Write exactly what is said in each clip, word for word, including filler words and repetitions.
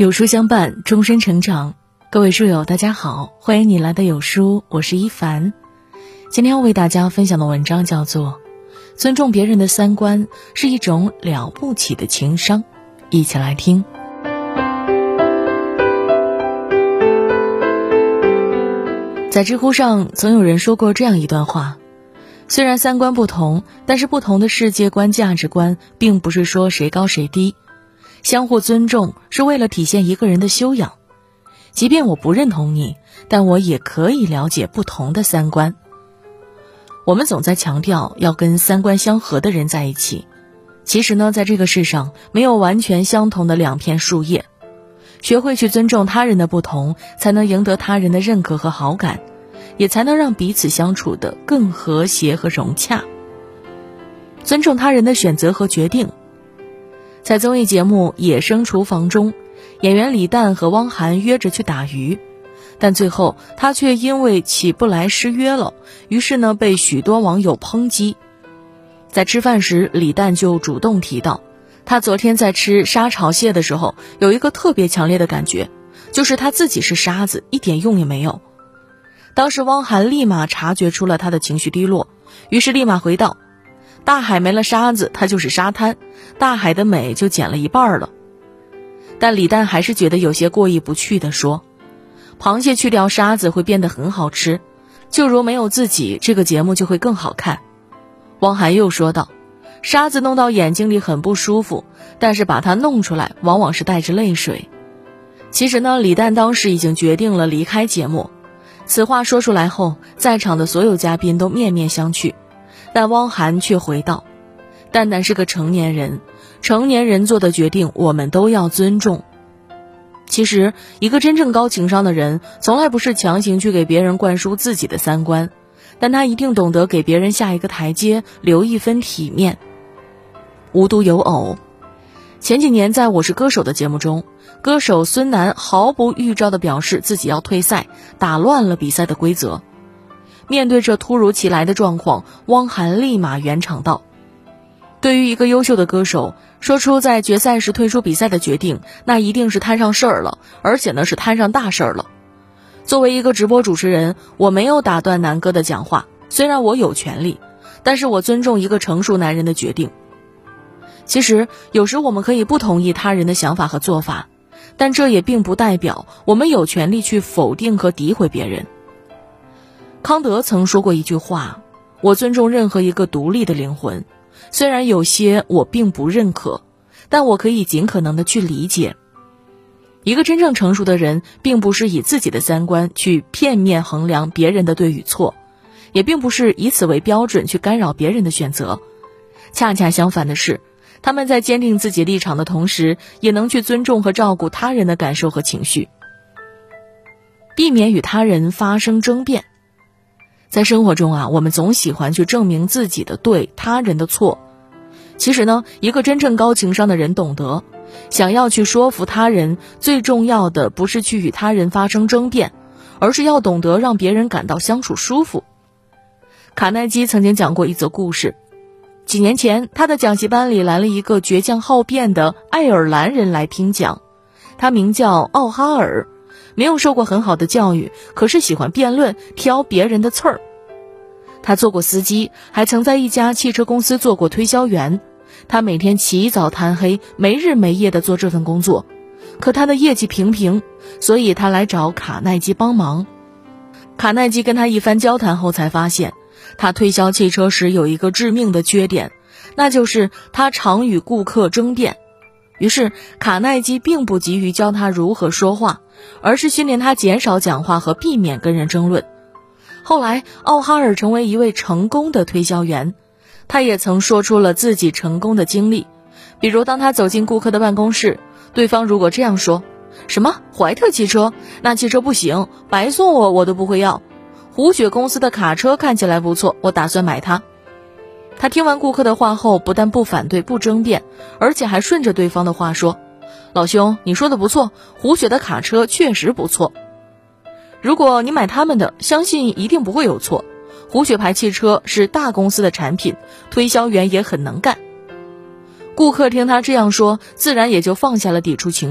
有书相伴，终身成长。各位书友大家好，欢迎你来到有书，我是一凡。今天要为大家分享的文章叫做尊重别人的三观是一种了不起的情商，一起来听。在知乎上曾有人说过这样一段话，虽然三观不同，但是不同的世界观价值观并不是说谁高谁低，相互尊重是为了体现一个人的修养。即便我不认同你，但我也可以了解不同的三观。我们总在强调要跟三观相合的人在一起，其实呢，在这个世上没有完全相同的两片树叶。学会去尊重他人的不同，才能赢得他人的认可和好感，也才能让彼此相处得更和谐和融洽。尊重他人的选择和决定。在综艺节目《野生厨房》中，演员李诞和汪涵约着去打鱼，但最后他却因为起不来失约了，于是呢被许多网友抨击。在吃饭时，李诞就主动提到，他昨天在吃沙炒蟹的时候，有一个特别强烈的感觉，就是他自己是沙子，一点用也没有。当时汪涵立马察觉出了他的情绪低落，于是立马回道，大海没了沙子，它就是沙滩，大海的美就减了一半了。但李诞还是觉得有些过意不去地说，螃蟹去掉沙子会变得很好吃，就如没有自己，这个节目就会更好看。汪涵又说道，沙子弄到眼睛里很不舒服，但是把它弄出来往往是带着泪水。其实呢，李诞当时已经决定了离开节目。此话说出来后，在场的所有嘉宾都面面相觑，但汪涵却回道，蛋蛋是个成年人，成年人做的决定我们都要尊重。其实一个真正高情商的人，从来不是强行去给别人灌输自己的三观，但他一定懂得给别人下一个台阶，留一分体面。无独有偶，前几年在我是歌手的节目中，歌手孙楠毫不预兆地表示自己要退赛，打乱了比赛的规则。面对这突如其来的状况，汪涵立马圆场道，对于一个优秀的歌手，说出在决赛时退出比赛的决定，那一定是摊上事儿了，而且呢是摊上大事儿了。作为一个直播主持人，我没有打断南哥的讲话，虽然我有权利，但是我尊重一个成熟男人的决定。其实有时我们可以不同意他人的想法和做法，但这也并不代表我们有权利去否定和诋毁别人。康德曾说过一句话，我尊重任何一个独立的灵魂，虽然有些我并不认可，但我可以尽可能的去理解。一个真正成熟的人，并不是以自己的三观去片面衡量别人的对与错，也并不是以此为标准去干扰别人的选择。恰恰相反的是，他们在坚定自己立场的同时，也能去尊重和照顾他人的感受和情绪，避免与他人发生争辩。在生活中啊，我们总喜欢去证明自己的对，他人的错。其实呢，一个真正高情商的人懂得，想要去说服他人，最重要的不是去与他人发生争辩，而是要懂得让别人感到相处舒服。卡耐基曾经讲过一则故事，几年前他的讲习班里来了一个倔强好辩的爱尔兰人来听讲，他名叫奥哈尔，没有受过很好的教育，可是喜欢辩论，挑别人的刺儿。他做过司机，还曾在一家汽车公司做过推销员。他每天起早贪黑，没日没夜地做这份工作，可他的业绩平平，所以他来找卡耐基帮忙。卡耐基跟他一番交谈后才发现，他推销汽车时有一个致命的缺点，那就是他常与顾客争辩。于是卡耐基并不急于教他如何说话，而是训练他减少讲话和避免跟人争论。后来奥哈尔成为一位成功的推销员，他也曾说出了自己成功的经历。比如当他走进顾客的办公室，对方如果这样说，什么怀特汽车，那汽车不行，白送我我都不会要。胡雪公司的卡车看起来不错，我打算买它。他听完顾客的话后，不但不反对不争辩，而且还顺着对方的话说，老兄，你说的不错，胡雪的卡车确实不错，如果你买他们的，相信一定不会有错。胡雪牌汽车是大公司的产品，推销员也很能干。顾客听他这样说，自然也就放下了抵触情绪。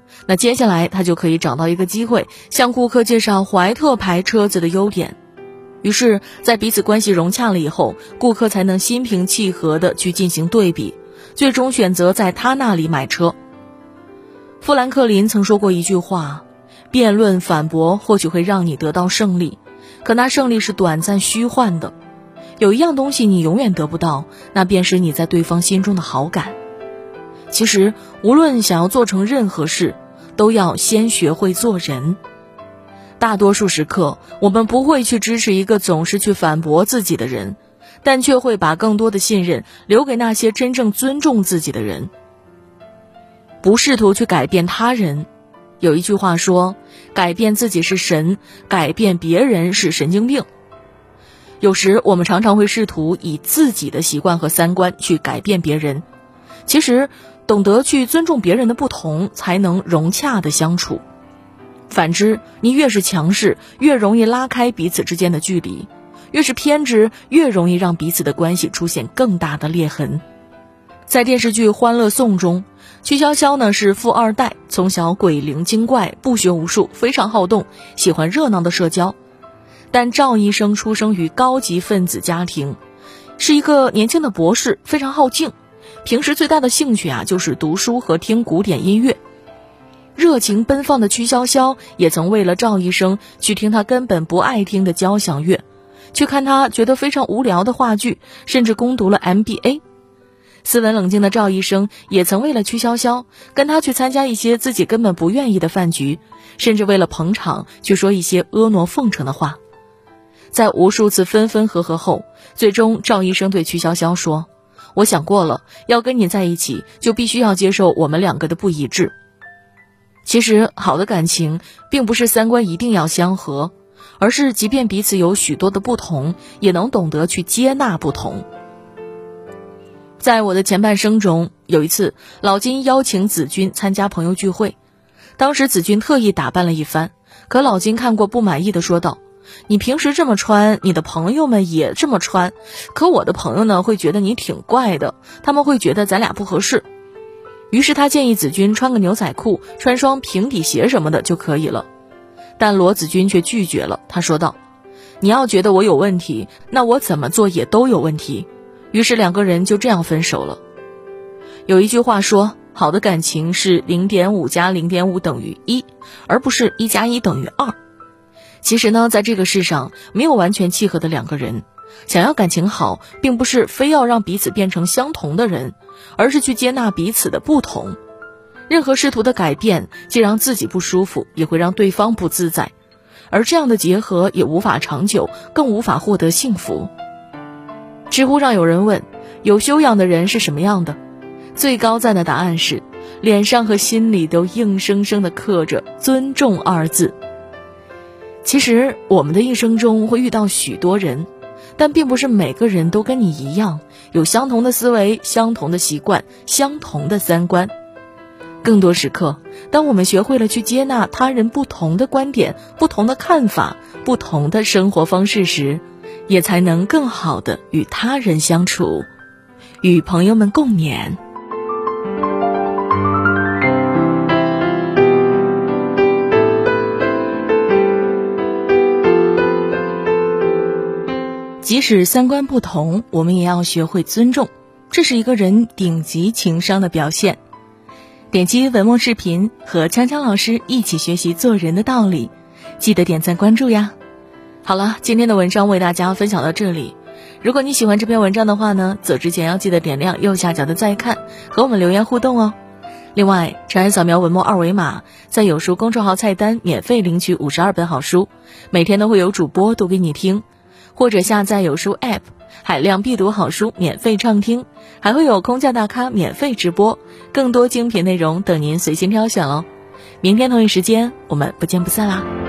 那接下来他就可以找到一个机会，向顾客介绍怀特牌车子的优点。于是在彼此关系融洽了以后，顾客才能心平气和地去进行对比，最终选择在他那里买车。富兰克林曾说过一句话，辩论反驳或许会让你得到胜利，可那胜利是短暂虚幻的。有一样东西你永远得不到，那便是你在对方心中的好感。其实无论想要做成任何事，都要先学会做人。大多数时刻，我们不会去支持一个总是去反驳自己的人，但却会把更多的信任留给那些真正尊重自己的人。不试图去改变他人。有一句话说，改变自己是神，改变别人是神经病。有时我们常常会试图以自己的习惯和三观去改变别人，其实懂得去尊重别人的不同，才能融洽的相处。反之，你越是强势，越容易拉开彼此之间的距离，越是偏执，越容易让彼此的关系出现更大的裂痕。在电视剧《欢乐颂》中，曲筱绡呢是富二代，从小鬼灵精怪，不学无术，非常好动，喜欢热闹的社交。但赵医生出生于高级分子家庭，是一个年轻的博士，非常好静，平时最大的兴趣啊就是读书和听古典音乐。热情奔放的曲筱绡也曾为了赵医生去听他根本不爱听的交响乐，去看他觉得非常无聊的话剧，甚至攻读了 M B A。 斯文冷静的赵医生也曾为了曲筱绡跟他去参加一些自己根本不愿意的饭局，甚至为了捧场去说一些婀娜奉承的话。在无数次分分合合后，最终赵医生对曲筱绡说，我想过了，要跟你在一起就必须要接受我们两个的不一致。其实好的感情并不是三观一定要相合，而是即便彼此有许多的不同，也能懂得去接纳不同。在我的前半生中，有一次老金邀请子君参加朋友聚会，当时子君特意打扮了一番，可老金看过不满意的说道，你平时这么穿，你的朋友们也这么穿，可我的朋友呢会觉得你挺怪的，他们会觉得咱俩不合适。于是他建议子君穿个牛仔裤，穿双平底鞋什么的就可以了。但罗子君却拒绝了，他说道，你要觉得我有问题，那我怎么做也都有问题。于是两个人就这样分手了。有一句话说，好的感情是 零点五 加 零点五 等于一，而不是一加一等于二。其实呢，在这个世上没有完全契合的两个人，想要感情好，并不是非要让彼此变成相同的人，而是去接纳彼此的不同。任何试图的改变，既让自己不舒服，也会让对方不自在，而这样的结合也无法长久，更无法获得幸福。知乎上有人问，有修养的人是什么样的？最高赞的答案是，脸上和心里都硬生生地刻着尊重二字。其实我们的一生中会遇到许多人，但并不是每个人都跟你一样，有相同的思维，相同的习惯，相同的三观。更多时刻，当我们学会了去接纳他人不同的观点，不同的看法，不同的生活方式时，也才能更好地与他人相处，与朋友们共勉。即使三观不同，我们也要学会尊重，这是一个人顶级情商的表现。点击文末视频，和锵锵老师一起学习做人的道理，记得点赞关注呀。好了，今天的文章为大家分享到这里。如果你喜欢这篇文章的话呢，走之前要记得点亮右下角的再看，和我们留言互动哦。另外，长按扫描文末二维码，在有书公众号菜单免费领取五十二本好书，每天都会有主播读给你听，或者下载有书 App， 海量必读好书免费畅听，还会有空降大咖免费直播，更多精品内容等您随心挑选哦。明天同一时间，我们不见不散啦。